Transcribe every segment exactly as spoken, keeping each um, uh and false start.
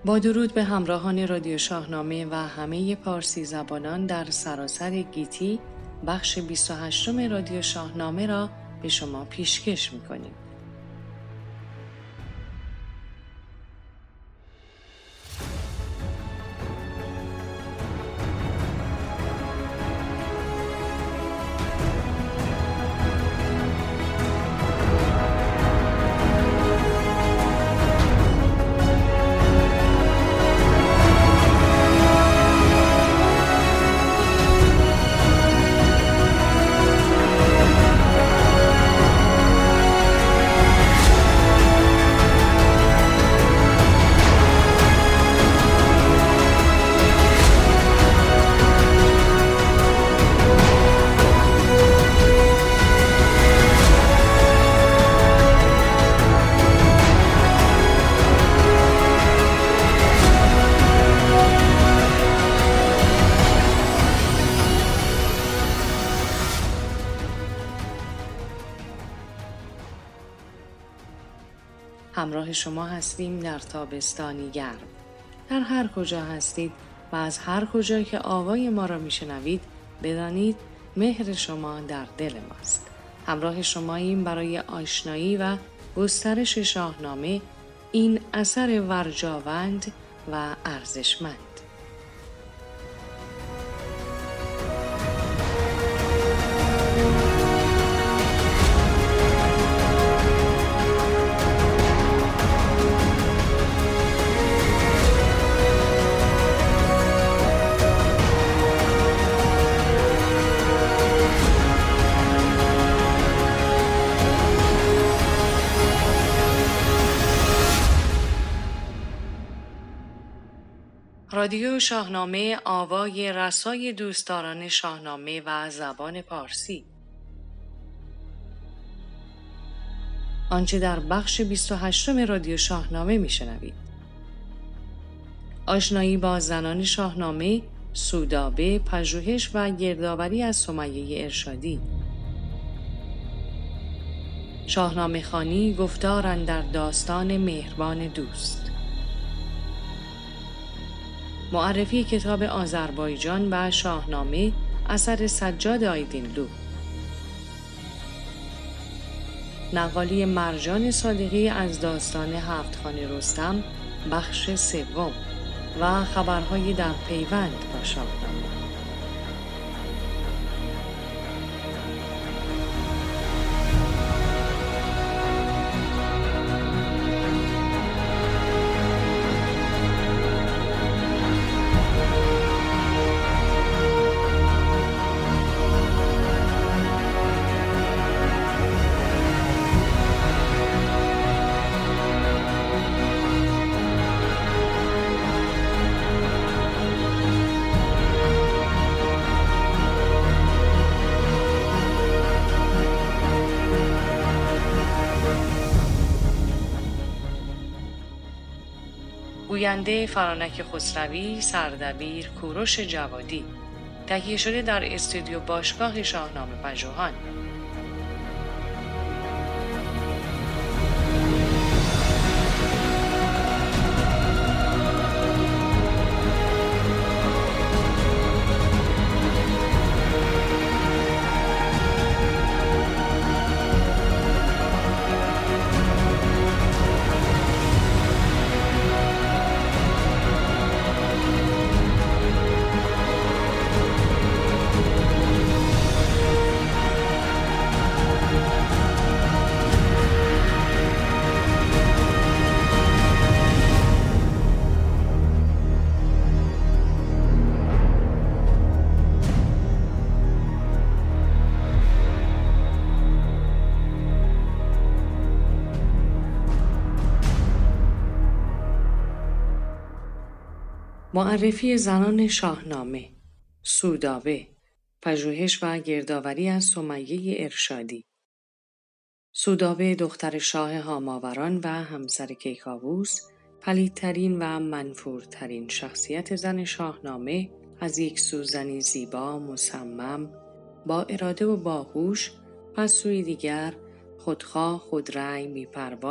با درود به همراهان رادیو شاهنامه و همه پارسی زبانان در سراسر گیتی، بخش بیست و هشتم رادیو شاهنامه را به شما پیشکش می‌کنیم. همراه شما هستیم در تابستانی گرم. در هر کجا هستید و از هر کجا که آوای ما را میشنوید، بدانید مهر شما در دل ماست. همراه شماییم برای آشنایی و گسترش شاهنامه، این اثر ورجاوند و ارزشمند. رادیو شاهنامه، آوای رسای دوستداران شاهنامه و زبان پارسی. آنچه در بخش بیست و هشتم رادیو شاهنامه میشنوید: آشنایی با زنان شاهنامه، سودابه، پژوهش و گردآوری از سمیه ارشادی. شاهنامه خوانی، گفتار اندر داستان مهربان دوست. معرفی کتاب آذربایجان و شاهنامه اثر سجاد آیدینلو. نقالی مرجان صادقی از داستان هفت‌خوان رستم بخش سوم و خبرهای در پیوند با شاهنامه. گوینده فرانک خسروی، سردبیر کوروش جوادی. تهیه شده در استودیو باشگاه شاهنامه پژوهان. معرفی زنان شاهنامه، سودابه، پژوهش و گردآوری از سمیه ارشادی. سودابه دختر شاه هاماوران و همسر کیکاووس، پلیدترین و منفورترین شخصیت زن شاهنامه، از یک سو زنی زیبا، مصمم، با اراده و باهوش، پس سوی دیگر خودخواه، خودرأی، بی‌پروا،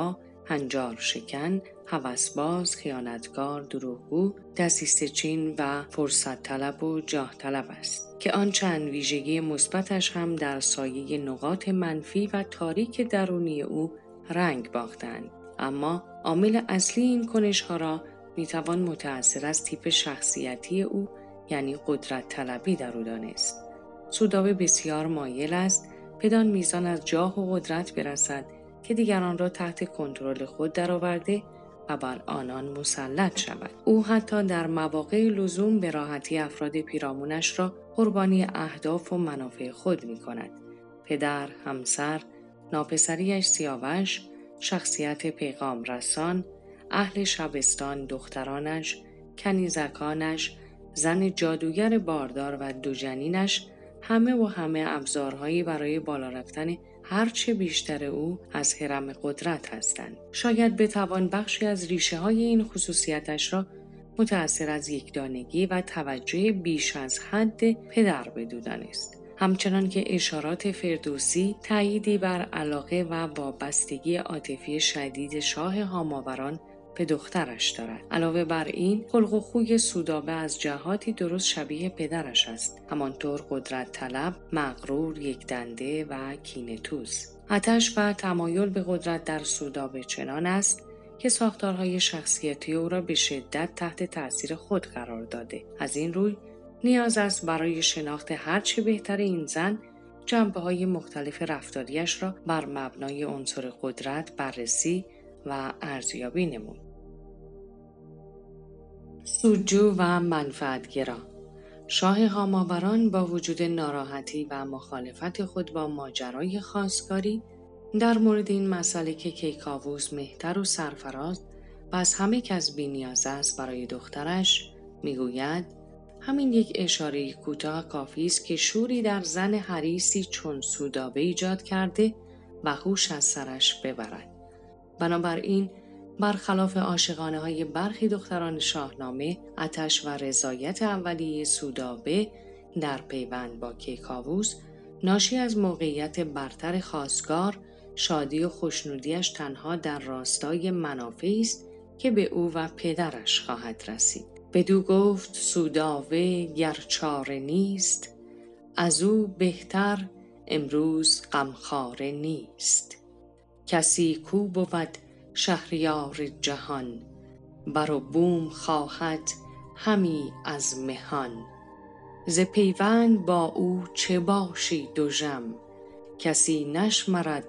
هنجار شکن، هوسباز، خیانتکار، دروغگو، دسیسه چین و فرصت طلب و جاه طلب است که آن چند ویژگی مثبتش هم در سایه نقاط منفی و تاریک درونی او رنگ باختند. اما عامل اصلی این کنش‌ها را میتوان متأثر از تیپ شخصیتی او یعنی قدرت طلبی در او دانست. سودابه بسیار مایل است بدان میزان از جاه و قدرت برسد که دیگران را تحت کنترل خود درآورده و بر آنان مسلط شود. او حتی در مواقع لزوم به راحتی افراد پیرامونش را قربانی اهداف و منافع خود می کند. پدر، همسر، ناپسریش سیاوش، شخصیت پیغام رسان، اهل شبستان، دخترانش، کنیزکانش، زن جادوگر باردار و دو جنینش همه و همه ابزارهایی برای بالا رفتن هرچه بیشتر او از هرم قدرت هستند. شاید بتوان بخشی از ریشه های این خصوصیتش را متأثر از یکدانگی و توجه بیش از حد پدر بدو دانست. همچنان که اشارات فردوسی تأییدی بر علاقه و وابستگی عاطفی شدید شاه هاماوران به دخترش دارد. علاوه بر این، خلق و خوی سودابه از جهاتی درست شبیه پدرش است. همانطور قدرت طلب، مغرور، یکدنده و کینه‌توز. آتش و تمایل به قدرت در سودابه چنان است که ساختارهای شخصیتی او را به شدت تحت تأثیر خود قرار داده. از این روی نیاز است برای شناخت هرچه بهتر این زن جنبه‌های مختلف رفتاریش را بر مبنای عنصر قدرت بررسی و ارزیابی نمود. سودجو و منفعتگرا. شاه هاماوران با وجود ناراحتی و مخالفت خود با ماجرای خواستگاری در مورد این مسئله که کیکاووس مهتر و سرفراز و از همه کس بی‌نیاز است برای دخترش میگوید همین یک اشاره کوتاه کافی است که شوری در زن حریصی چون سودابه ایجاد کرده و هوش از سرش ببرد. بنابراین برخلاف عاشقانه های برخی دختران شاهنامه، آتش و رضایت اولیه سودابه در پیوند با کیکاووس ناشی از موقعیت برتر خواستگار، شادی و خوشنودیش تنها در راستای منافعی است که به او و پدرش خواهد رسید. بدو گفت سودابه گر چاره نیست، از او بهتر امروز غمخواره نیست. کسی کو بود شهریار جهان، بر و بوم خواهد همی از مهان. ز پیوند با او چه باشی دژم، کسی نشمرد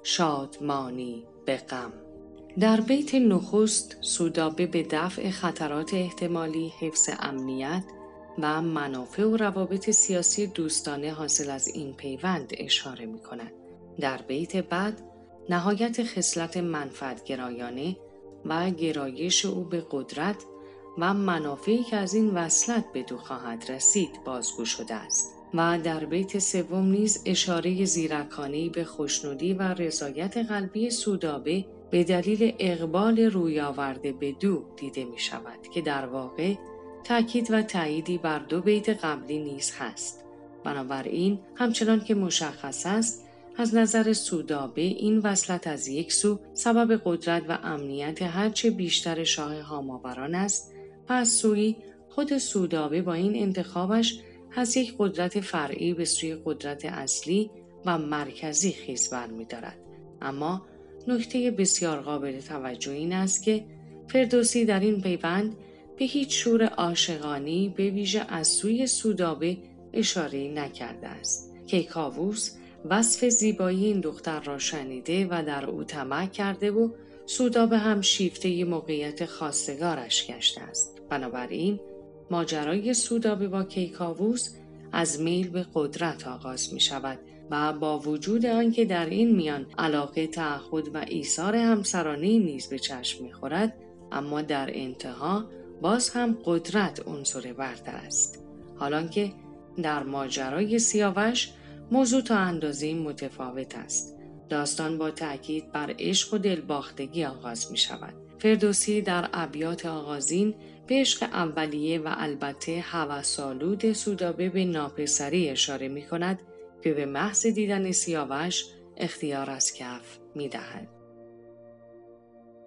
شادمانی به غم. در بیت نخست سودابه به دفع خطرات احتمالی، حفظ امنیت و منافع و روابط سیاسی دوستانه حاصل از این پیوند اشاره می کند. در بیت بعد نهایت خصلت منفعت‌گرایانه و گرایش او به قدرت و منافعی که از این وصلت به دو خواهد رسید بازگو شده است و در بیت سوم نیز اشاره زیرکانه‌ای به خوشنودی و رضایت قلبی سودابه به دلیل اقبال روی آورده به دو دیده می شود که در واقع تأکید و تأییدی بر دو بیت قبلی نیز هست. بنابراین همچنان که مشخص است از نظر سودابه این وصلت از یک سو سبب قدرت و امنیت هرچه بیشتر شاه هاماوران است و از سوی خود سودابه با این انتخابش از یک قدرت فرعی به سوی قدرت اصلی و مرکزی خیز برمی‌دارد. اما نکته بسیار قابل توجه این است که فردوسی در این پیوند به هیچ شور عاشقانه‌ای به ویژه از سوی سودابه اشاره نکرده است. کیکاووس وصف زیبایی این دختر را شنیده و در او طمع کرده و سودابه هم شیفته موقعیت خواستگارش گشته است. بنابراین ماجرای سودابه با کیکاووس از میل به قدرت آغاز می شود و با وجود آنکه در این میان علاقه، تعهد و ایثار همسرانه نیز به چشم می خورد، اما در انتها باز هم قدرت عنصر برتر است. حالانکه در ماجرای سیاوش موضوع تا اندازه‌ای متفاوت است. داستان با تأکید بر عشق و دلباختگی آغاز می شود. فردوسی در ابیات آغازین به عشق اولیه و البته هوس‌آلود سودابه به ناپسری اشاره می کند که به محض دیدن سیاوش اختیار از کف می دهد.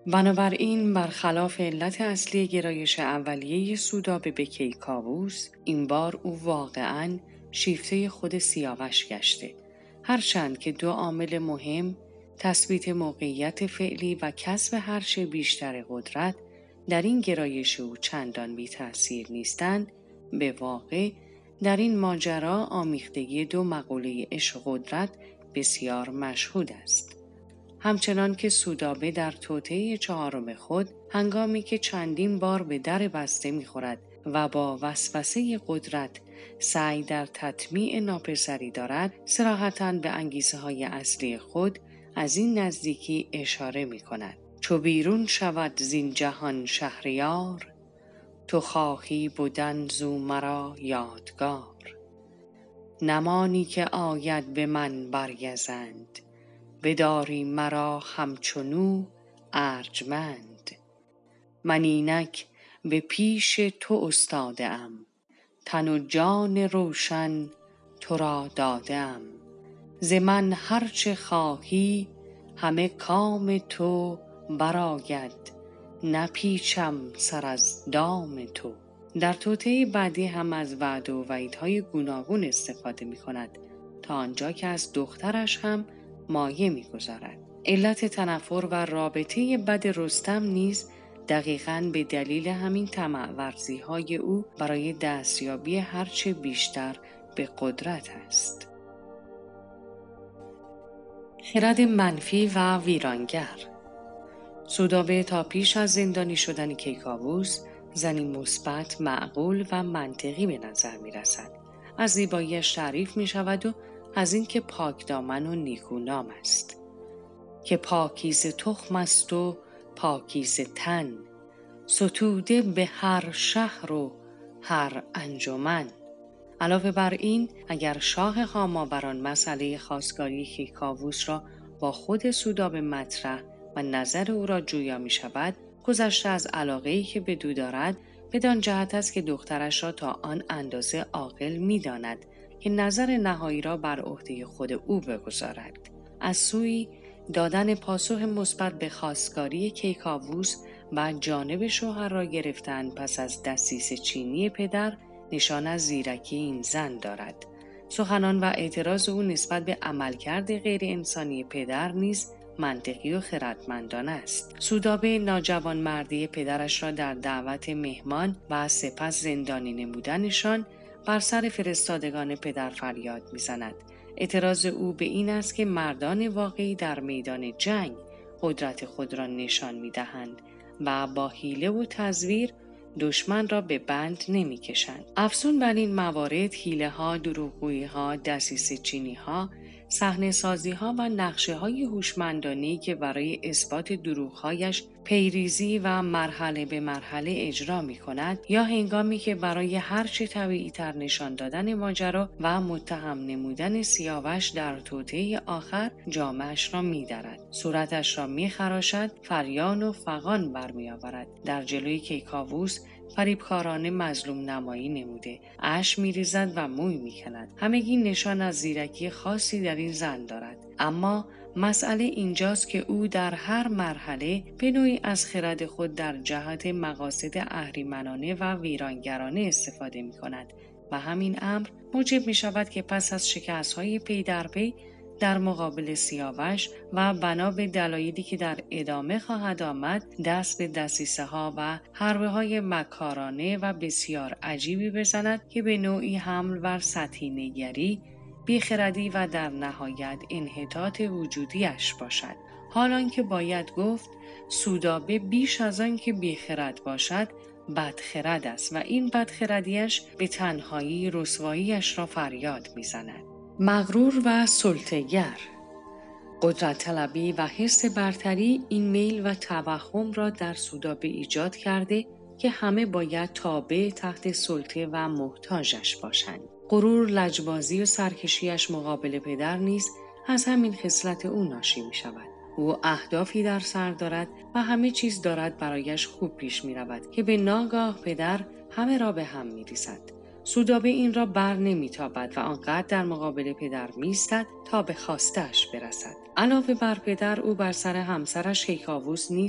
بنابراین برخلاف علت اصلی گرایش اولیه سودابه به کیکاووس، این بار او واقعاً شیفته خود سیاوش گشته، هرچند که دو عامل مهم، تثبیت موقعیت فعلی و کسب هرچه بیشتر قدرت، در این گرایش او چندان بی تأثیر نیستند. به واقع در این ماجرا آمیختگی دو مقوله عشق و قدرت بسیار مشهود است. همچنان که سودابه در توطئه چهارم خود، هنگامی که چندین بار به در بسته می‌خورد و با وسوسه قدرت سعی در تطمیع ناپسری دارد، صراحتاً به انگیزه‌های اصلی خود از این نزدیکی اشاره می‌کند. چو بیرون شود زین جهان شهریار، تو خواهی بودن زو مرا یادگار. نمانی که آید به من برگزند، بداری مرا همچنو ارجمند. من اینک به پیش تو استاده ام، تن و جان روشن تو را داده ام. ز من هرچه خواهی همه کام تو برآید، نپیچم سر از دام تو. در توطئه بعدی هم از وعده و وعیدهای گوناگون استفاده می کند تا آنجا که از دخترش هم مایه می گذارد. علت تنفر و رابطه بد رستم نیز دقیقاً به دلیل همین طمع ورزی های او برای دستیابی هرچه بیشتر به قدرت است. خرد منفی و ویرانگر. سودابه تا پیش از زندانی شدن کیکاووس زنی مثبت، معقول و منطقی به نظر می رسد. از زیباییش تعریف می شود و از اینکه پاکدامن و نیکونام است، که پاکیزه تخم است و پاکیزه تن، ستوده به هر شهر و هر انجمن. علاوه بر این، اگر شاه هاماوران مسئله خواستگاری کیکاووس را با خود سودابه مطرح و نظر او را جویا می شود، گذشته از علاقه‌ای که به دو دارد، بدان جهت است که دخترش را تا آن اندازه عاقل می داند که نظر نهایی را بر عهده خود او بگذارد. از سوی دادن پاسخ مثبت به خواستگاری کیکاووس و جانب شوهر را گرفتن پس از دسیسه چینی پدر نشان از زیرکی این زن دارد. سخنان و اعتراض او نسبت به عملکرد غیر انسانی پدر نیز منطقی و خردمندانه است. سودابه ناجوان مردی پدرش را در دعوت مهمان و سپس زندانی نمودنشان بر سر فرستادگان پدر فریاد می‌زند. اعتراض او به این است که مردان واقعی در میدان جنگ قدرت خود را نشان می‌دهند و با حیله و تزویر دشمن را به بند نمی کشند. افزون بر این موارد، حیله ها، دروغگویی ها، دسیسه چینی ها، صحنه سازی ها و نقشه های هوشمندانه‌ای که برای اثبات دروغهایش پیریزی و مرحله به مرحله اجرا می کند، یا هنگامی که برای هر چه طبیعی تر نشان دادن ماجرا و متهم نمودن سیاوش در توطئه آخر جامه‌اش را می درد، صورتش را می خراشد، فریان و فغان برمی آورد. در جلوی کیکاووس فریبکارانه مظلوم نمایی نموده، اشک می‌ریزد و موی می‌کند. همگی نشان از زیرکی خاصی در این زن دارد. اما مسئله اینجاست که او در هر مرحله به نوعی از خرد خود در جهت مقاصد اهریمنانه و ویرانگرانه استفاده می‌کند و همین امر موجب می‌شود که پس از شکست‌های پی در پی در مقابل سیاوش و بنا به دلایلی که در ادامه خواهد آمد، دست به دسیسه ها و حربه های مکارانه و بسیار عجیبی بزند که به نوعی حمل بر سطحی نگری، بیخردی و در نهایت انحطاط وجودیش باشد. حالان که باید گفت سودابه بیش از آن که بیخرد باشد بدخرد است و این بدخردیش به تنهایی رسواییش را فریاد میزند. مغرور و سلطه‌گر. قدرت طلبی و حس برتری این میل و توهم را در سودابه ایجاد کرده که همه باید تابع تحت سلطه و محتاجش باشند. غرور، لجبازی و سرکشیش مقابل پدر نیز از همین خصلت او ناشی می شود. او اهدافی در سر دارد و همه چیز دارد برایش خوب پیش می رود که به ناگاه پدر همه را به هم می ریزد. سودابه این را بر نمی تابد و آنقدر در مقابل پدر می ایستد تا به خواسته‌اش برسد. علاوه بر پدر، او بر سر همسرش کیکاووس نیز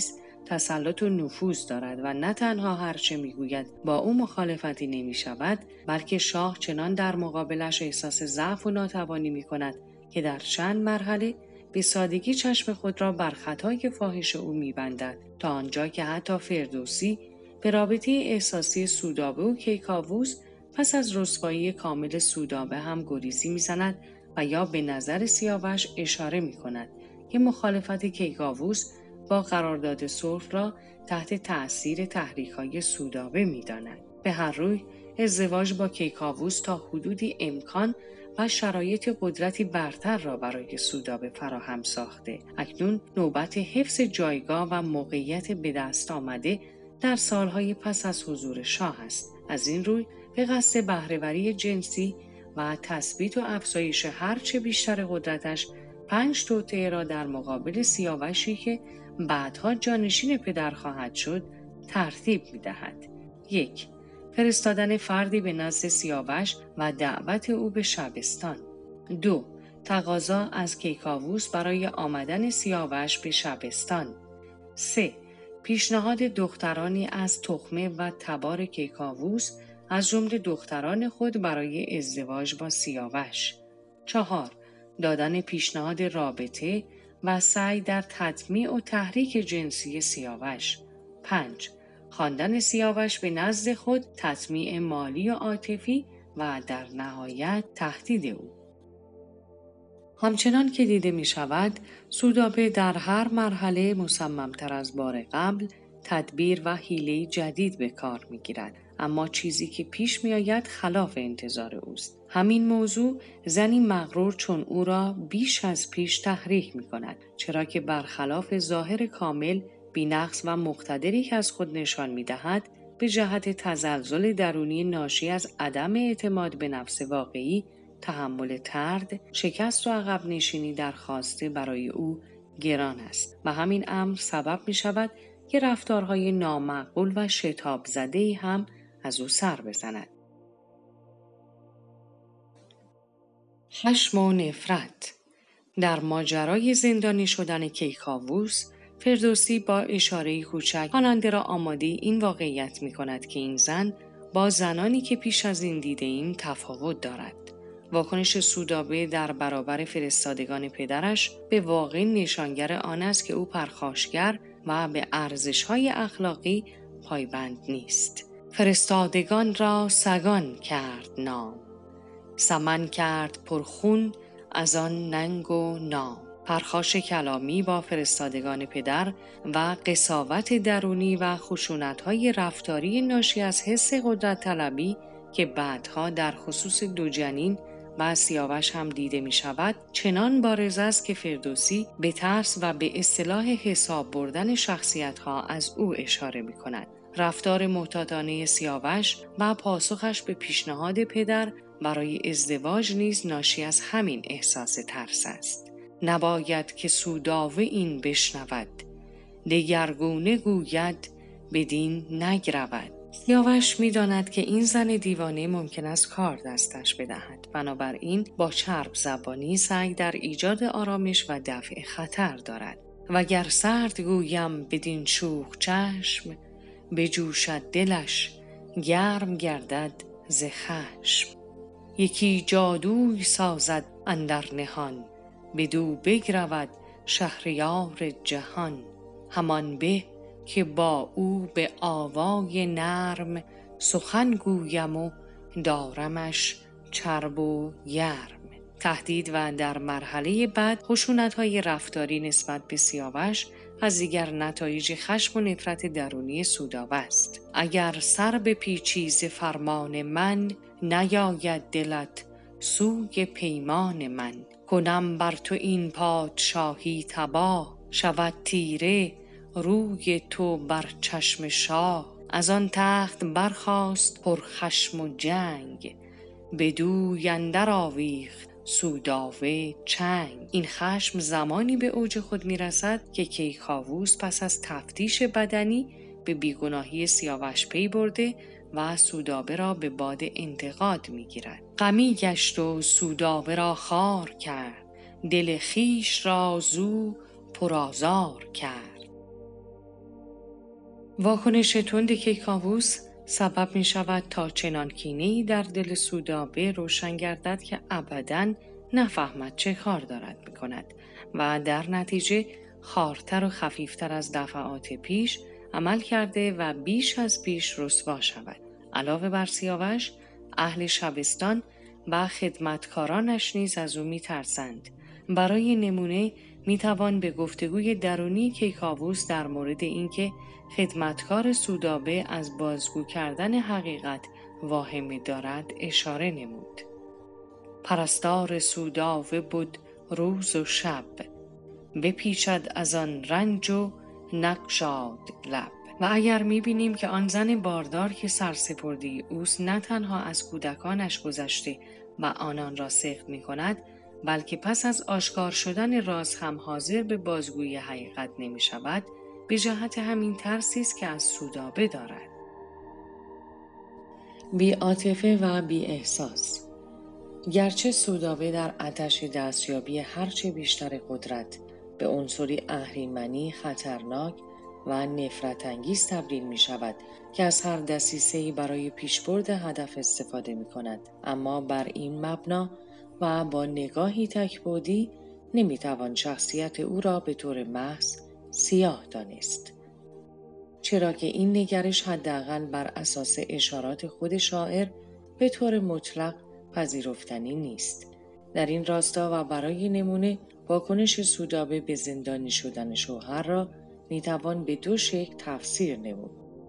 تسلط و نفوذ دارد و نه تنها هرچه میگوید با او مخالفتی نمی شود، بلکه شاه چنان در مقابلش احساس ضعف و ناتوانی می کند که در چند مرحله به سادگی چشم خود را بر خطای فاحش او می بندد، تا آنجا که حتی فردوسی به رابطه احساسی سودابه و کیکاووس پس از رسوایی کامل سودابه هم گریزی می زند و یا به نظر سیاوش اشاره می کند که مخالفت کیکاووس با قرارداد صلح را تحت تأثیر تحریک‌های سودابه می‌داند. به هر روی ازدواج با کیکاووس تا حدودی امکان و شرایط قدرتی برتر را برای سودابه فراهم ساخته. اکنون نوبت حفظ جایگاه و موقعیت به دست آمده در سالهای پس از حضور شاه است. از این روی به قصد بهره‌وری جنسی و تثبیت و افزایش هرچه بیشتر قدرتش، پنج توطئه را در مقابل سیاوشی که بعدها جانشین پدر خواهد شد ترتیب می دهد. یک، فرستادن فردی به نزد سیاوش و دعوت او به شبستان. دو، تقاضا از کیکاووس برای آمدن سیاوش به شبستان. سه، پیشنهاد دخترانی از تخمه و تبار کیکاووس از جمله دختران خود برای ازدواج با سیاوش. چهار، دادن پیشنهاد رابطه و سعی در تطمیع و تحریک جنسی سیاوش. پنج، خواندن سیاوش به نزد خود، تطمیع مالی و عاطفی و در نهایت تهدید او. همچنان که دیده می شود، سودابه در هر مرحله مصممتر از بار قبل تدبیر و حیله جدید به کار می گیرد. اما چیزی که پیش می آید خلاف انتظار اوست. همین موضوع زنی مغرور چون او را بیش از پیش تحریک می کند، چرا که برخلاف ظاهر کامل، بی‌نقص و مقتدری که از خود نشان می دهد، به جهت تزلزل درونی ناشی از عدم اعتماد به نفس واقعی، تحمل طرد، شکست و عقب نشینی در خواسته برای او گران است و همین امر سبب می شود که رفتارهای نامعقول و شتاب زده‌ای هم از او سر بزند. خشم و نفرت. در ماجرای زندانی شدن کیکاووس، فردوسی با اشاره کوچک خواننده را آماده این واقعیت می کند که این زن با زنانی که پیش از این دیده ایم تفاوت دارد. واکنش سودابه در برابر فرستادگان پدرش به واقع نشانگر آن است که او پرخاشگر و به ارزش‌های اخلاقی پایبند نیست. فرستادگان را سگان کرد نام، سمن کرد پرخون از آن ننگ و نام. پرخاش کلامی با فرستادگان پدر و قساوت درونی و خشونت‌های رفتاری ناشی از حس قدرت طلبی که بعدها در خصوص دو جنین و سیاوش هم دیده می شود، چنان بارز است که فردوسی به ترس و به اصطلاح حساب بردن شخصیت‌ها از او اشاره می کند. رفتار محتاطانه سیاوش و پاسخش به پیشنهاد پدر برای ازدواج نیز ناشی از همین احساس ترس است. نباید که سودابه این بشنود، دگرگونه گوید بدین نگرود. سیاوش می داند که این زن دیوانه ممکن است کار دستش بدهد، بنابراین با چرب زبانی سعی در ایجاد آرامش و دفع خطر دارد. وگر سرد گویم بدین شوخ چشم، بجوشد دلش گرم گردد ز خشم. یکی جادوی سازد اندر نهان، بدو بگرود شهریار جهان. همان به که با او به آوای نرم، سخن گویم و دارمش چرب و گرم. تهدید و در مرحله بعد خشونت‌های رفتاری نسبت به سیاوش از دیگر نتایج خشم و نفرت درونی سودابه است. اگر سر بپیچی ز فرمان من، نیاید دلت سوی پیمان من. کنم بر تو این پادشاهی تباه، شود تیره روی تو بر چشم شاه. از آن تخت برخاست پر خشم و جنگ، بدوی اندر آویخت سودابه چنگ. این خشم زمانی به اوج خود می رسد که کیکاووس پس از تفتیش بدنی به بیگناهی سیاوش پی برده و سودابه را به باد انتقاد می گیرد. غمی گشت و سودابه را خوار کرد، دل خویش را زو پرآزار کرد. واکنش تند کیکاووس سبب می شود تا چنان کینه‌ای در دل سودابه روشن گردد که ابداً نفهمد چه کار دارد می کند و در نتیجه خوارتر و خفیفتر از دفعات پیش عمل کرده و بیش از پیش رسوا شود. علاوه بر سیاوش، اهل شبستان و خدمتکارانش نیز از او می ترسند. برای نمونه می توان به گفتگوی درونی کیکاووس در مورد اینکه خدمتکار سودابه از بازگو کردن حقیقت واهمه دارد اشاره نمود. پرستار سودابه بود روز و شب، بپیچد از آن رنج و نگشاد لب. و اگر می‌بینیم که آن زن باردار که سرسپردی اوست نه تنها از کودکانش گذشته و آنان را سخت می‌کند، بلکه پس از آشکار شدن راز هم حاضر به بازگویی حقیقت نمی‌شود، به جهت همین ترسی است که از سودابه دارد. بی عاطفه و بی احساس. گرچه سودابه در آتش دستیابی هرچه بیشتر قدرت به عنصری اهریمنی خطرناک و نفرت انگیز تبدیل می شود که از هر دسیسه‌ای برای پیشبرد هدف استفاده می کند، اما بر این مبنا و با نگاهی تک‌بعدی نمی توان شخصیت او را به طور محض سیاه دانست، چرا که این نگرش حداقل بر اساس اشارات خود شاعر به طور مطلق پذیرفتنی نیست. در این راستا و برای نمونه واکنش سودابه به زندانی شدن شوهر را میتوان به دو شکل تفسیر نمود.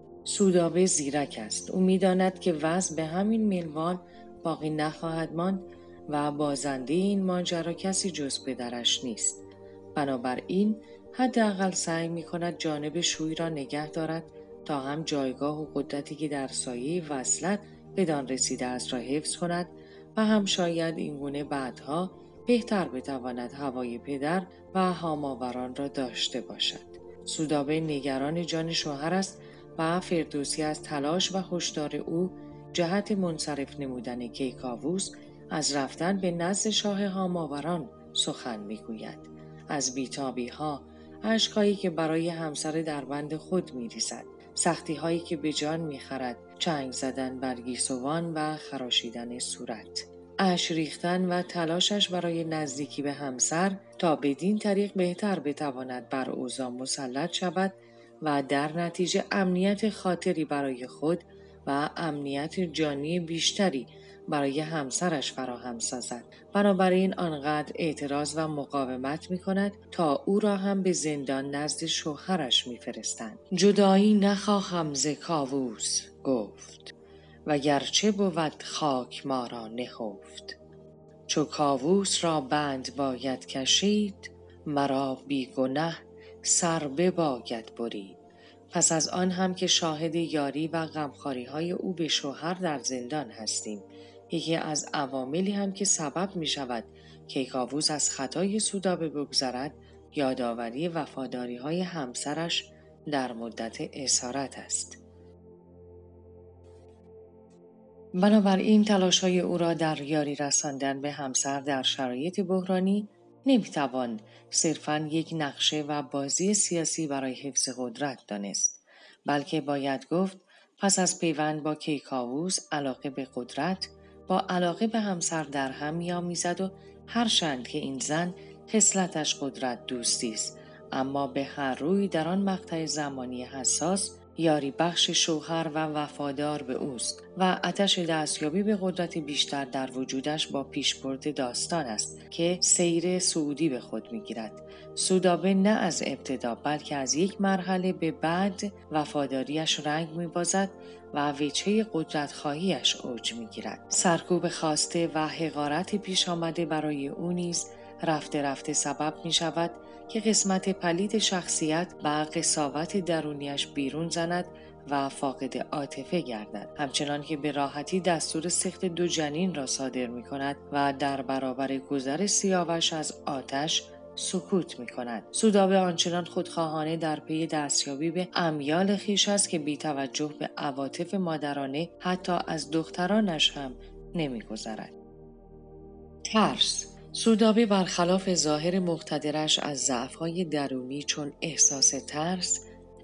سودابه زیرک است. او میداند که وضع به همین منوال باقی نخواهد ماند و بازنده این ماجرا کسی جز پدرش نیست. بنابراین حداقل سعی میکند جانب شوی را نگه دارد تا هم جایگاه و قدرتی که در سایه وصلت بدان رسیده است را حفظ کند و هم شاید اینگونه بعدها بهتر بتواند هوای پدر و هاماوران را داشته باشد. سودابه نگران جان شوهر است و فردوسی از تلاش و هشدار او جهت منصرف نمودن کیکاووس از رفتن به نزد شاه هاماوران سخن میگوید. از بیتابی ها، اشکایی که برای همسر دربند خود میریزد، سختی هایی که به جان میخرد، چنگ زدن بر گیسوان و خراشیدن صورت، اشک ریختن و تلاشش برای نزدیکی به همسر تا بدین طریق بهتر بتواند بر اوضاع مسلط شود و در نتیجه امنیت خاطری برای خود و امنیت جانی بیشتری برای همسرش فراهم سازد. بنابراین آنقدر اعتراض و مقاومت می کند تا او را هم به زندان نزد شوهرش می فرستند. جدایی نخواهم ز کاووس گفت، و گرچه بود خاک ما را نهفت. چو کاووس را بند باید کشید، مرا بی گنه سر بباید برید. پس از آن هم که شاهد یاری و غمخواری های او به شوهر در زندان هستیم، یکی از عواملی هم که سبب می شود کیکاووس از خطای سودابه بگذرد، یادآوری وفاداری های همسرش در مدت اسارت است. بنابراین تلاش‌های او را در یاری رساندن به همسر در شرایط بحرانی نمیتوان صرفاً یک نقشه و بازی سیاسی برای حفظ قدرت دانست، بلکه باید گفت پس از پیوند با کیکاووس علاقه به قدرت با علاقه به همسر در هم می‌آمیزد و هرچند که این زن خصلتش قدرت دوستی است، اما به هر روی در آن مقطع زمانی حساس یاری بخش شوهر و وفادار به اوست و آتش دستیابی به قدرت بیشتر در وجودش با پیشبرد داستان است که سیر صعودی به خود میگیرد. سودابه نه از ابتدا بلکه از یک مرحله به بعد وفاداریش رنگ میبازد و وجهه قدرت خواهیش اوج میگیرد. سرکوب خواسته و حقارت پیش آمده برای او نیز رفته رفته سبب می شود که قسمت پلید شخصیت و قساوت درونیش بیرون زند و فاقد عاطفه گردد، همچنان که به راحتی دستور سخت دو جنین را صادر می کند و در برابر گذر سیاوش از آتش سکوت می کند. سودابه آنچنان خودخواهانه در پی دستیابی به امیال خویش است که بی توجه به عواطف مادرانه حتی از دخترانش هم نمی گذرد. ترس. سودابه برخلاف ظاهر مقتدرش از ضعف‌های درونی چون احساس ترس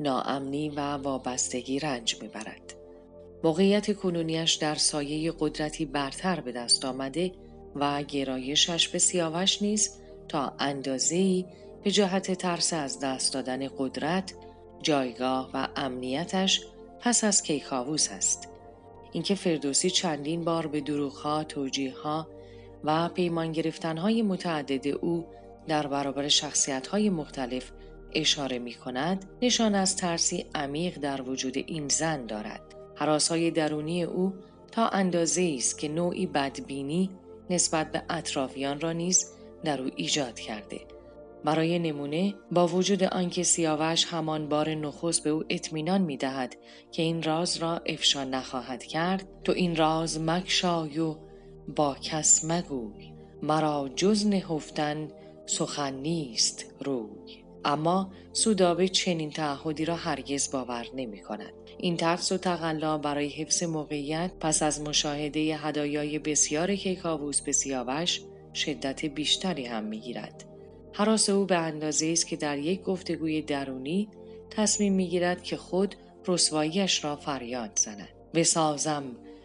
ناامنی و وابستگی رنج میبرد. موقعیت کنونیش در سایه قدرتی برتر به دست آمده و گرایشش به سیاوش نیز تا اندازه‌ای به جهت ترس از دست دادن قدرت، جایگاه و امنیتش پس از کیکاووس است. اینکه فردوسی چندین بار به دروغ‌ها، توجیه‌ها و پیمان گرفتن‌های متعدد او در برابر شخصیت‌های مختلف اشاره می‌کند، نشان از ترسی عمیق در وجود این زن دارد. هراس‌های درونی او تا اندازه‌ای است که نوعی بدبینی نسبت به اطرافیان را نیز در او ایجاد کرده. برای نمونه، با وجود آنکه سیاوش همان بار نخست به او اطمینان می‌دهد که این راز را افشا نخواهد کرد، تو این راز مگشای و با کس مگوی، مرا جز نهفتن سخن نیست روی. اما سودابه چنین تعهدی را هرگز باور نمی کند. این ترس و تقلا برای حفظ موقعیت پس از مشاهده هدایای بسیار کیکاووس به سیاوش شدت بیشتری هم می گیرد. هراس او به اندازه است که در یک گفتگوی درونی تصمیم می گیرد که خود رسواییش را فریاد زند. بسازم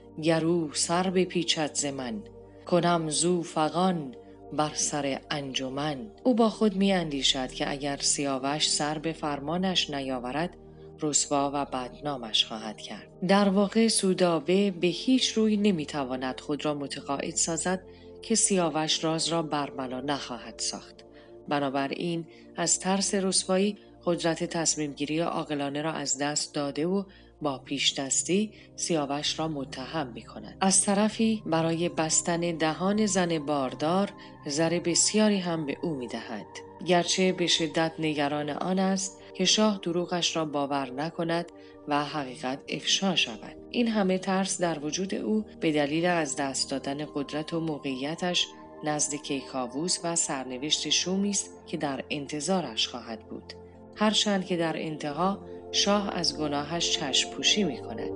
گرو سر بپیچد ز من، کنم زو فغان بر سر انجمن. او با خود می اندیشد که اگر سیاوش سر به فرمانش نیاورد رسوا و بدنامش خواهد کرد. در واقع سودابه به هیچ روی نمی تواند خود را متقاعد سازد که سیاوش راز را برملا نخواهد ساخت. بنابراین از ترس رسوایی قدرت تصمیم گیری عاقلانه را از دست داده و با پیش دستی سیاوش را متهم می کند. از طرفی برای بستن دهان زن باردار زر بسیاری هم به او می دهد. گرچه به شدت نگران آن است که شاه دروغش را باور نکند و حقیقت افشا شود. این همه ترس در وجود او به دلیل از دست دادن قدرت و موقعیتش نزد کیکاووس و سرنوشت شومی است که در انتظارش خواهد بود. هرچند که در انتها شاه از گناهش چشم پوشی می کند.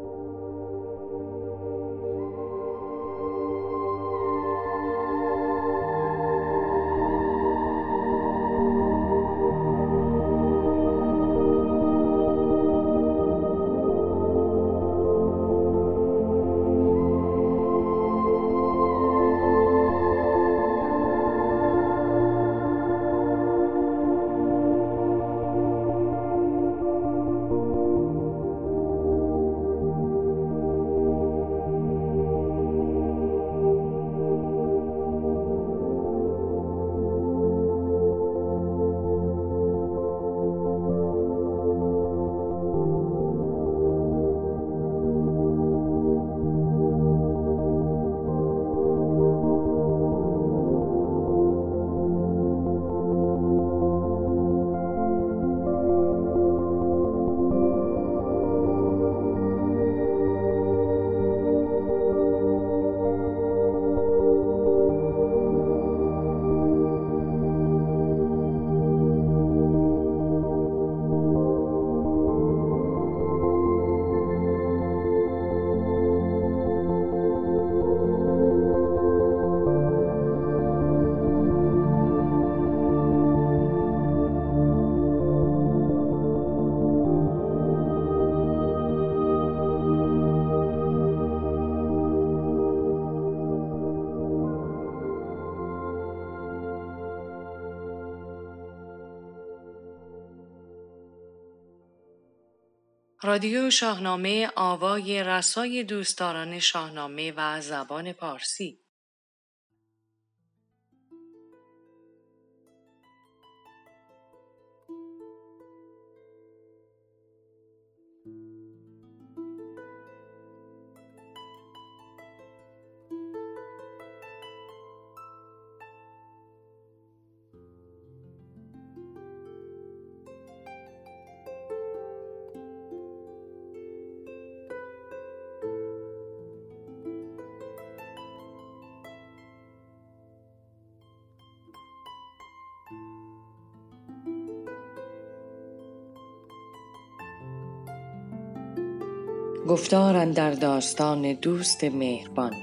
رادیو شاهنامه، آوای رسای دوستداران شاهنامه و زبان پارسی. گفتار اندر داستان دوست مهربان.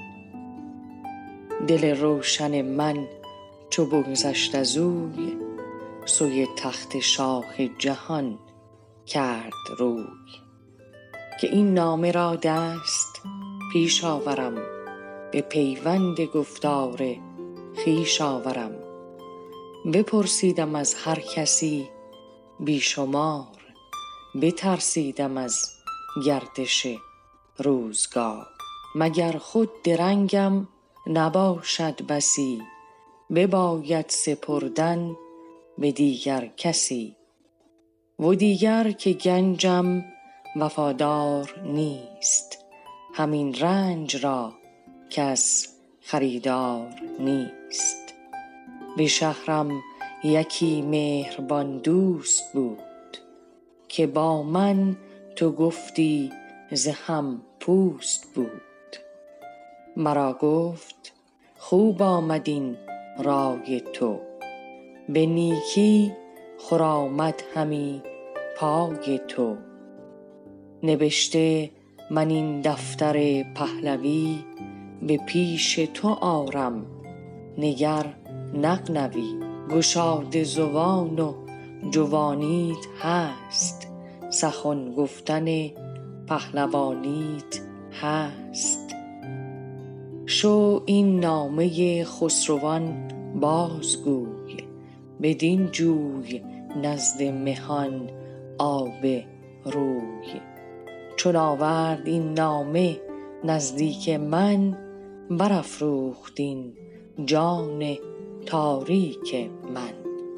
دل روشن من چو بگذشت از اوی، سوی تخت شاه جهان کرد روی. که این نامه را دست پیش آورم، به پیوند گفتار خویش آورم. بپرسیدم از هر کسی بیشمار، بترسیدم از گردش روزگار. مگر خود درنگم نباشد بسی، بباید سپردن به دیگر کسی. و دیگر که گنجم وفادار نیست، همین رنج را کس خریدار نیست. به شهرم یکی مهربان دوست بود، که با من تو گفتی ز هم پوست بود. مرا گفت خوب آمد این رای تو، به نیکی خرامد همی پای تو. نبشته من این دفتر پهلوی، به پیش تو آرم نگر نغنوی. گشاده زبان و جوانیت هست، سخن گفتن پهلوانیت هست. شو این نامه خسروان بازگوی، بدین جوی نزد مهان آب روی. چون آورد این نامه نزدیک من، برافروخت این جان تاریک من.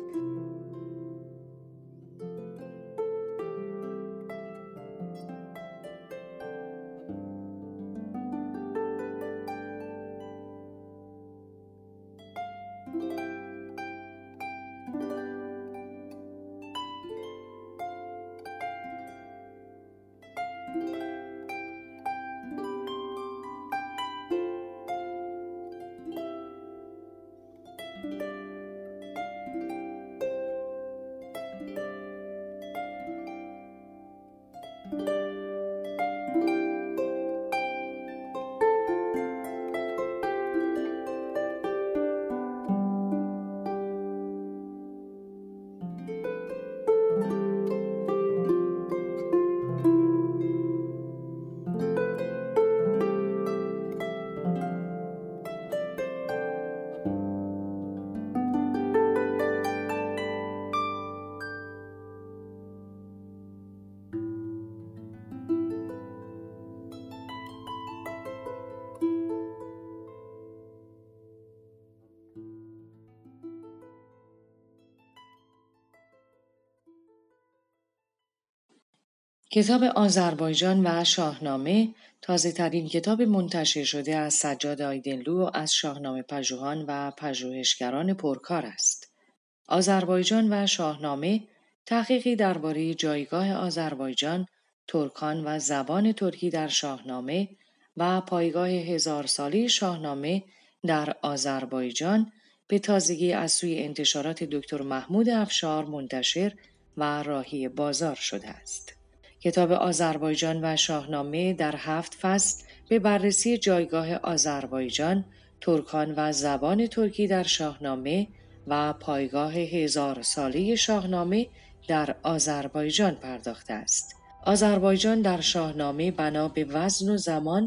کتاب آذربایجان و شاهنامه تازه ترین کتاب منتشر شده از سجاد آیدنلو از شاهنامه پژوهان و پژوهشگران پرکار است. آذربایجان و شاهنامه تحقیقی درباره جایگاه آذربایجان، ترکان و زبان ترکی در شاهنامه و پایگاه هزار ساله شاهنامه در آذربایجان به تازگی از سوی انتشارات دکتر محمود افشار منتشر و راهی بازار شده است. کتاب آذربایجان و شاهنامه در هفت فصل به بررسی جایگاه آذربایجان، ترکان و زبان ترکی در شاهنامه و پایگاه هزار ساله شاهنامه در آذربایجان پرداخته است. آذربایجان در شاهنامه بنا به وزن و زمان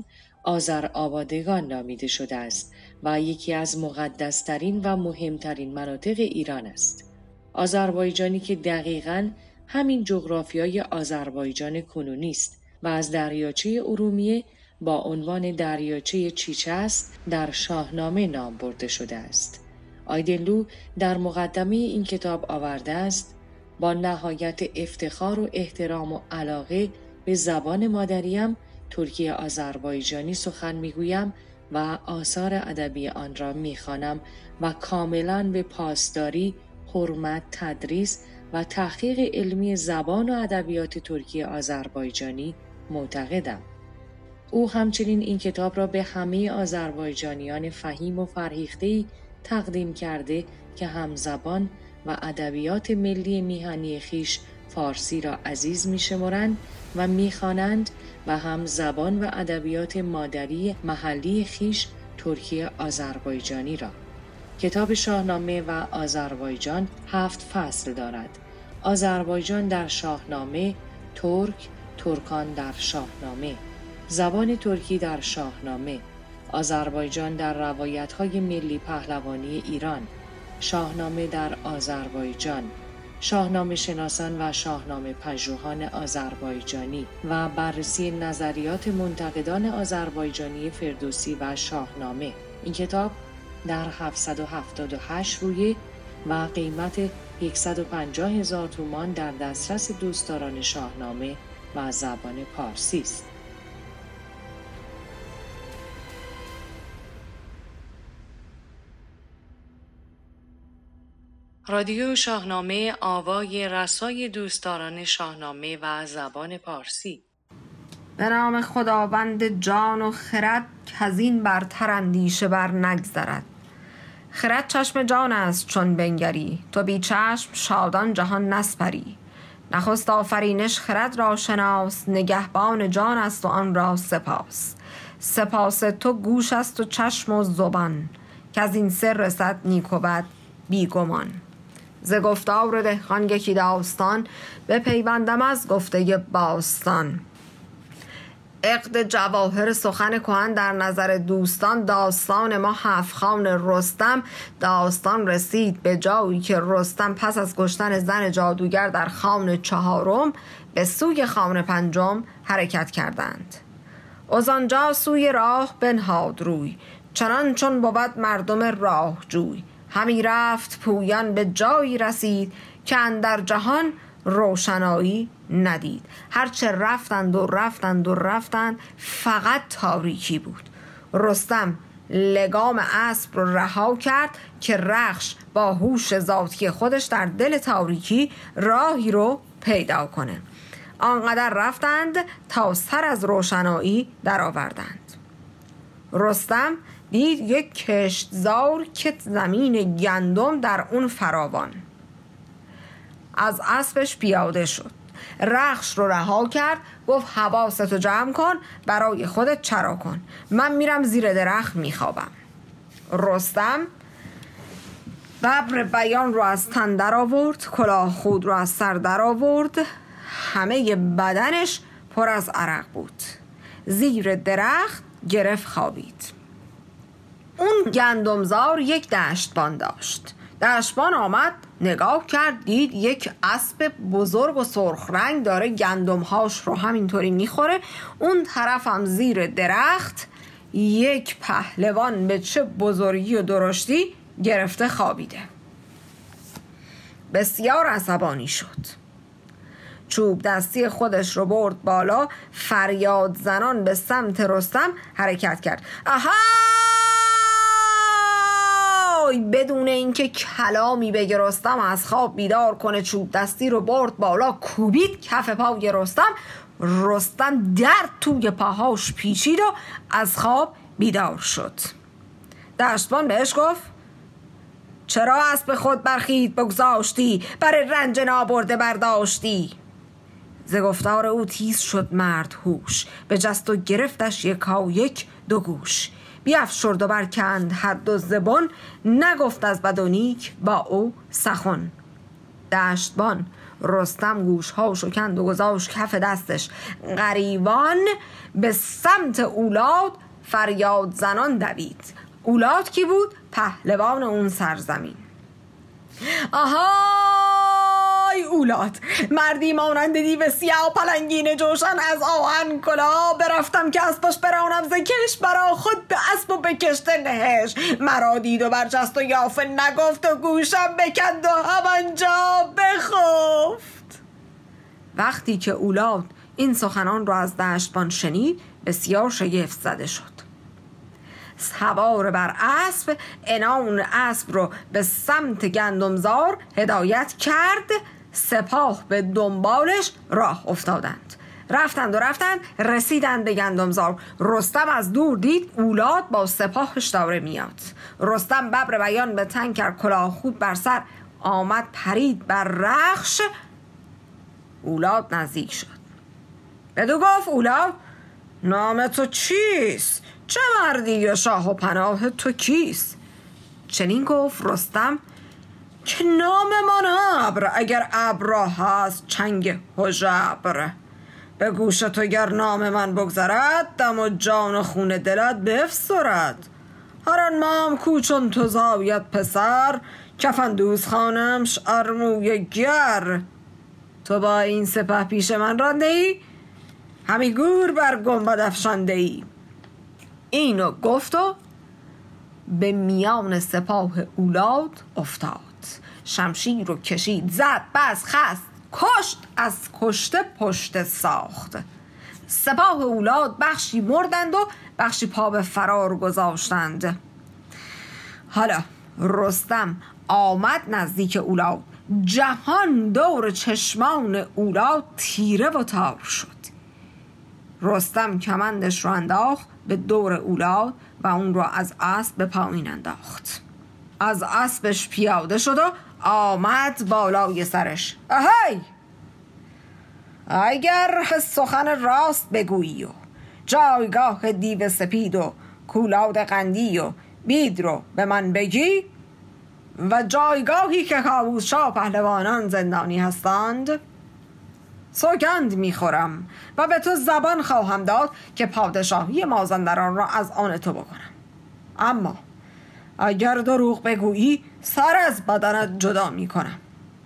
آذرآبادگان نامیده شده است و یکی از مقدس‌ترین و مهمترین مناطق ایران است. آذربایجانی که دقیقاً همین جغرافیای آذربایجان کنونی است و از دریاچه ارومیه با عنوان دریاچه چیچست در شاهنامه نام برده شده است. آیدنلو در مقدمه این کتاب آورده است: با نهایت افتخار و احترام و علاقه به زبان مادریم ترکی آذربایجانی سخن میگویم و آثار ادبی آن را میخوانم و کاملاً به پاسداری، حرمت، تدریس و تحقیق علمی زبان و ادبیات ترکی آذربایجانی معتقدم. او همچنین این کتاب را به همه آذربایجانیان فهیم و فرهیخته‌ای تقدیم کرده که هم زبان و ادبیات ملی میهنی خویش فارسی را عزیز می‌شمارند و می‌خوانند و هم زبان و ادبیات مادری محلی خویش ترکی آذربایجانی را. کتاب شاهنامه و آذربایجان هفت فصل دارد. آذربایجان در شاهنامه ترک، ترکان در شاهنامه. زبان ترکی در شاهنامه. آذربایجان در روایت‌های ملی پهلوانی ایران. شاهنامه در آذربایجان. شاهنامه شناسان و شاهنامه پژوهان آذربایجانی و بررسی نظریات منتقدان آذربایجانی فردوسی و شاهنامه. این کتاب در هفتصد و هفتاد و هشت رویه و قیمت صد و پنجاه هزار تومان در دسترس دوستداران شاهنامه و زبان پارسی است. رادیو شاهنامه، آوای رسای دوستداران شاهنامه و زبان پارسی. به نام خداوند جان و خرد که از این برتر اندیشه بر نگذرد. خرد چشم جان است چون بنگری، تو بی چشم شادان جهان نسپری. نخست آفرینش خرد را شناس، نگهبان جان است و آن را سپاس. سپاس تو گوش است و چشم و زبان، که از این سر رسد نیک و بد بی گمان. ز گفتار دهقان یکی داستان، به پیوندم از گفته باستان. عقد جواهر سخن کهن در نظر دوستان. داستان ما هفت خوان رستم. داستان رسید به جایی که رستم پس از کشتن زن جادوگر در خوان چهارم به سوی خوان پنجم حرکت کردند. از آنجا سوی راه بنهاد روی، چنان چون بود مردم راه جوی. همی رفت پویان به جایی رسید، که اندر جهان روشنایی ندید. هرچه رفتند و رفتند و رفتند فقط تاریکی بود. رستم لگام اسب رو رها کرد که رخش با هوش ذاتی خودش در دل تاریکی راهی رو پیدا کنه. آنقدر رفتند تا سر از روشنایی در آوردند. رستم دید یک کشتزار که زمین گندم در اون فراوان. از اسبش پیاده شد، رخش رو رها کرد، گفت حواستو جمع کن، برای خودت چرا کن، من میرم زیر درخت میخوابم. رستم ببر بیان رو از تن در آورد، کلاه خود رو از سر در آورد، همه بدنش پر از عرق بود. زیر درخت گرفت خوابید. اون گندمزار یک دشتبان داشت. دشتبان آمد نگاه کرد، دید یک اسب بزرگ و سرخ رنگ داره گندمهاش رو همینطوری میخوره. اون طرف هم زیر درخت یک پهلوان به چه بزرگی و درشتی گرفته خوابیده. بسیار عصبانی شد، چوب دستی خودش رو برد بالا، فریاد زنان به سمت رستم حرکت کرد. آها! بدون اینکه کلامی بگه رستم از خواب بیدار کنه، چوب دستی رو برد بالا، کوبید کف پای رستم. رستم درد توی پاهاش پیچید و از خواب بیدار شد. دشتبان بهش گفت چرا اسب خود برخید بگذاشتی، بر رنج نابرده برداشتی؟ ز گفتار او تیز شد مرد هوش، به جست و گرفتش یکا یک دو گوش. بیفشرد و برکند حد و زبان، نگفت از بد و نیک با او سخن. دشتبان رستم گوشهاشو کند و گذاشت کف دستش. غریوان به سمت اولاد فریاد زنان دوید. اولاد کی بود؟ پهلوان اون سرزمین. آهای اولاد، مردی مانند دیو سیاه پلنگین جوشن از آهن کلا، برفتم که اسبش برانم ز کش، برا خود به اسب و بکشته نهش. مرا دید و برجست و یافه نگفت و گوشم بکند و همانجا بخفت. وقتی که اولاد این سخنان را از دشتبان شنید بسیار شگفت زده شد. سوار بر اسب عنان اسب رو به سمت گندمزار هدایت کرد، سپاه به دنبالش راه افتادند. رفتند و رفتند رسیدند به گندمزار. رستم از دور دید اولاد با سپاهش داره میاد. رستم ببر بیان به تن کرد، کلاه خود بر سر آمد پرید بر رخش. اولاد نزدیک شد، بدو گفت اولاد نام تو چیست؟ چه مردی و شاه و پناه تو کیست؟ چنین گفت رستم که نام من ابر، اگر ابر هست چنگ هژبر. به گوش تو گر نام من بگذرد، دم و جان و خون دلت بفسرد. هر آن مام کو چون تو زاید پسر، کفن دوز خانمش ارموی گر. تو با این سپه پیش من رانده ای، همی گور بر گنبد افشانده ای. اینو گفت و به میان سپاه اولاد افتاد. شمشیر رو کشید، زد، بس، خست، کشت، از کشته پشت ساخت. سپاه اولاد بخشی مردند و بخشی پا به فرار گذاشتند. حالا رستم آمد نزدیک اولاد، جهان دور چشمان اولاد تیره و تار شد. رستم کمندش رو انداخت به دور اولاد و اون رو از اسب به پایین انداخت. از اسبش پیاده شد و آمد بالای سرش. اهی! اگر سخن راست بگویی و جایگاه دیو سپید و کولاد قندی و بید رو به من بگی و جایگاهی که کاووس شاه پهلوانان زندانی هستند، سوگند میخورم و به تو زبان خواهم داد که پادشاهی مازندران را از آن تو بکنم. اما اگر دروغ بگویی سر از بدنت جدا میکنم.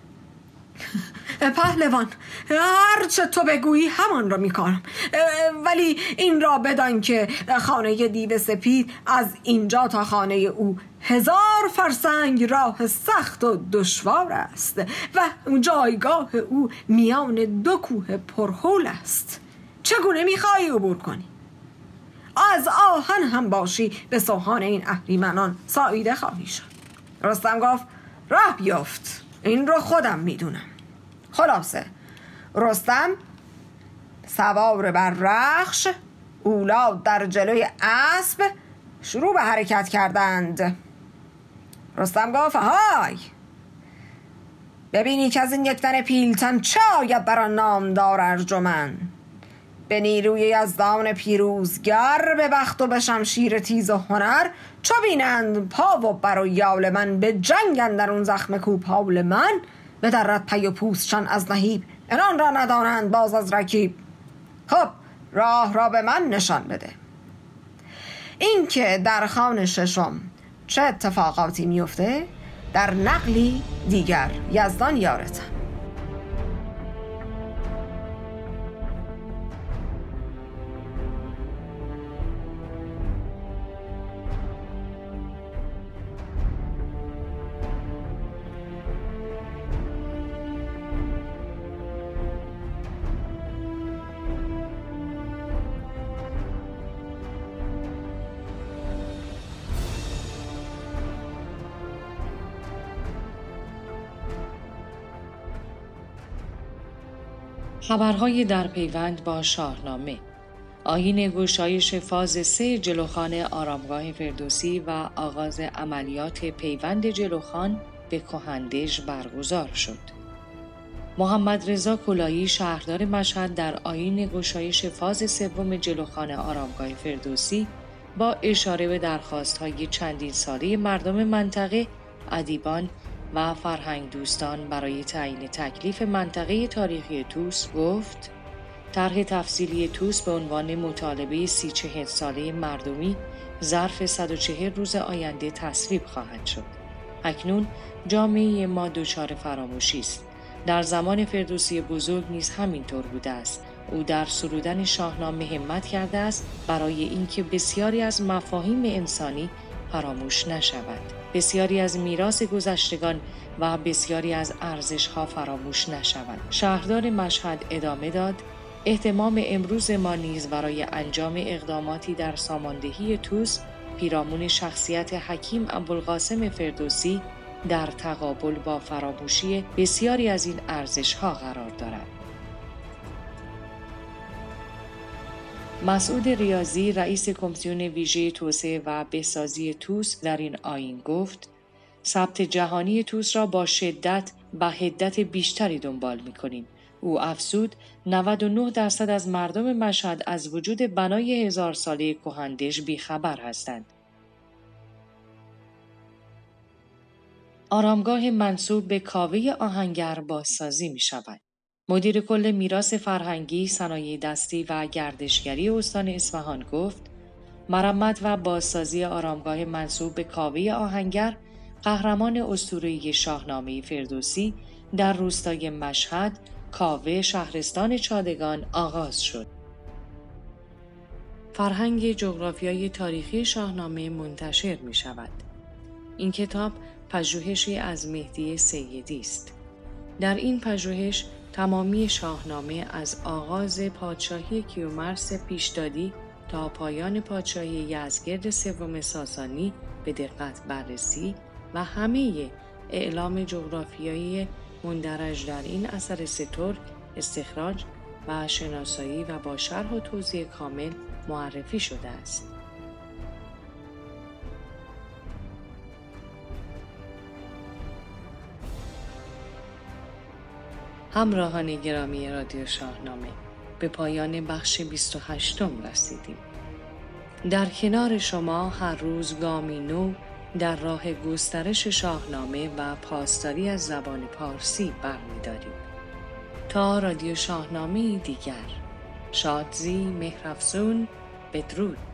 پهلوان، هر چه تو بگویی همان را میکنم، ولی این را بدان که خانه دیو سپید از اینجا تا خانه او هزار فرسنگ راه سخت و دشوار است و جایگاه او میان دو کوه پرهول است. چگونه میخواهی عبور کنی؟ از آهن هم باشی به سوهان این اهریمنان ساییده خواهی شد. رستم گفت راه بیفت، این رو خودم میدونم. خلاصه رستم سوار بر رخش، اولاد در جلوی اسب شروع به حرکت کردند. رستم گفت های، ببینی که از این یک تن پیلتن چه آید بر آن نامدار ارجمند. به نیروی یزدان پیروزگر، به بخت و به شمشیر تیز و هنر، چو بینند پا و بر و یال من، به جنگ اندر اون زخم کوپال من. به درد پی و پوستشان از نهیب، انان را ندانند باز از رکیب. خب راه را به من نشان بده. این که در خان ششم چه اتفاقاتی میفته در نقلی دیگر یزدان یارتم. خبرهای در پیوند با شاهنامه. آیین گشایش فاز سه جلوخان آرامگاه فردوسی و آغاز عملیات پیوند جلوخان به کهندژ برگزار شد. محمد رضا کولایی شهردار مشهد در آیین گشایش فاز سوم جلوخان آرامگاه فردوسی با اشاره به درخواست‌های چندین ساله مردم منطقه، ادیبان و فرهنگ دوستان برای تعیین تکلیف منطقه تاریخی توس گفت: طرح تفصیلی توس به عنوان مطالبه سی چهل ساله مردمی ظرف صد و چهل روز آینده تصویب خواهد شد. اکنون جامعه ما دچار فراموشی است. در زمان فردوسی بزرگ نیز همینطور بوده است. او در سرودن شاهنامه همت کرده است برای اینکه بسیاری از مفاهیم انسانی فراموش نشود. بسیاری از میراث گذشتگان و بسیاری از ارزش‌ها فراموش نشود. شهردار مشهد ادامه داد: اهتمام امروز ما نیز برای انجام اقداماتی در ساماندهی توس پیرامون شخصیت حکیم ابوالقاسم فردوسی در تقابل با فراموشی بسیاری از این ارزش‌ها قرار دارد. مسعود ریاضی رئیس کمیسیون ویژه توسعه و بهسازی توس در این آیین گفت: ثبت جهانی توس را با شدت و حدت بیشتری دنبال می‌کنیم. او افزود: نود و نه درصد از مردم مشهد از وجود بنای هزار ساله کهندژ بیخبر هستند. آرامگاه منسوب به کاوه آهنگر بازسازی می شود. مدیر کل میراث فرهنگی، صنایع دستی و گردشگری استان اصفهان گفت مرمت و بازسازی آرامگاه منسوب به کاوه آهنگر، قهرمان اسطوره‌ای شاهنامه فردوسی، در روستای مشهد، کاوه شهرستان چادگان آغاز شد. فرهنگ جغرافیای تاریخی شاهنامه منتشر می شود. این کتاب پژوهشی از مهدی سیدی است. در این پژوهش تمامی شاهنامه از آغاز پادشاهی کیومرث پیشدادی تا پایان پادشاهی یزدگرد سوم ساسانی به دقت بررسی و همه اعلام جغرافیایی مندرج در این اثر سترک استخراج و شناسایی و با شرح و توضیح کامل معرفی شده است. همراهان گرامی رادیو شاهنامه، به پایان بخش بیست و هشتم رسیدیم. در کنار شما هر روز گامی نو در راه گسترش شاهنامه و پاسداری از زبان پارسی برمی‌داریم. تا رادیو شاهنامه دیگر، شادزی مهرافزون، بدرود.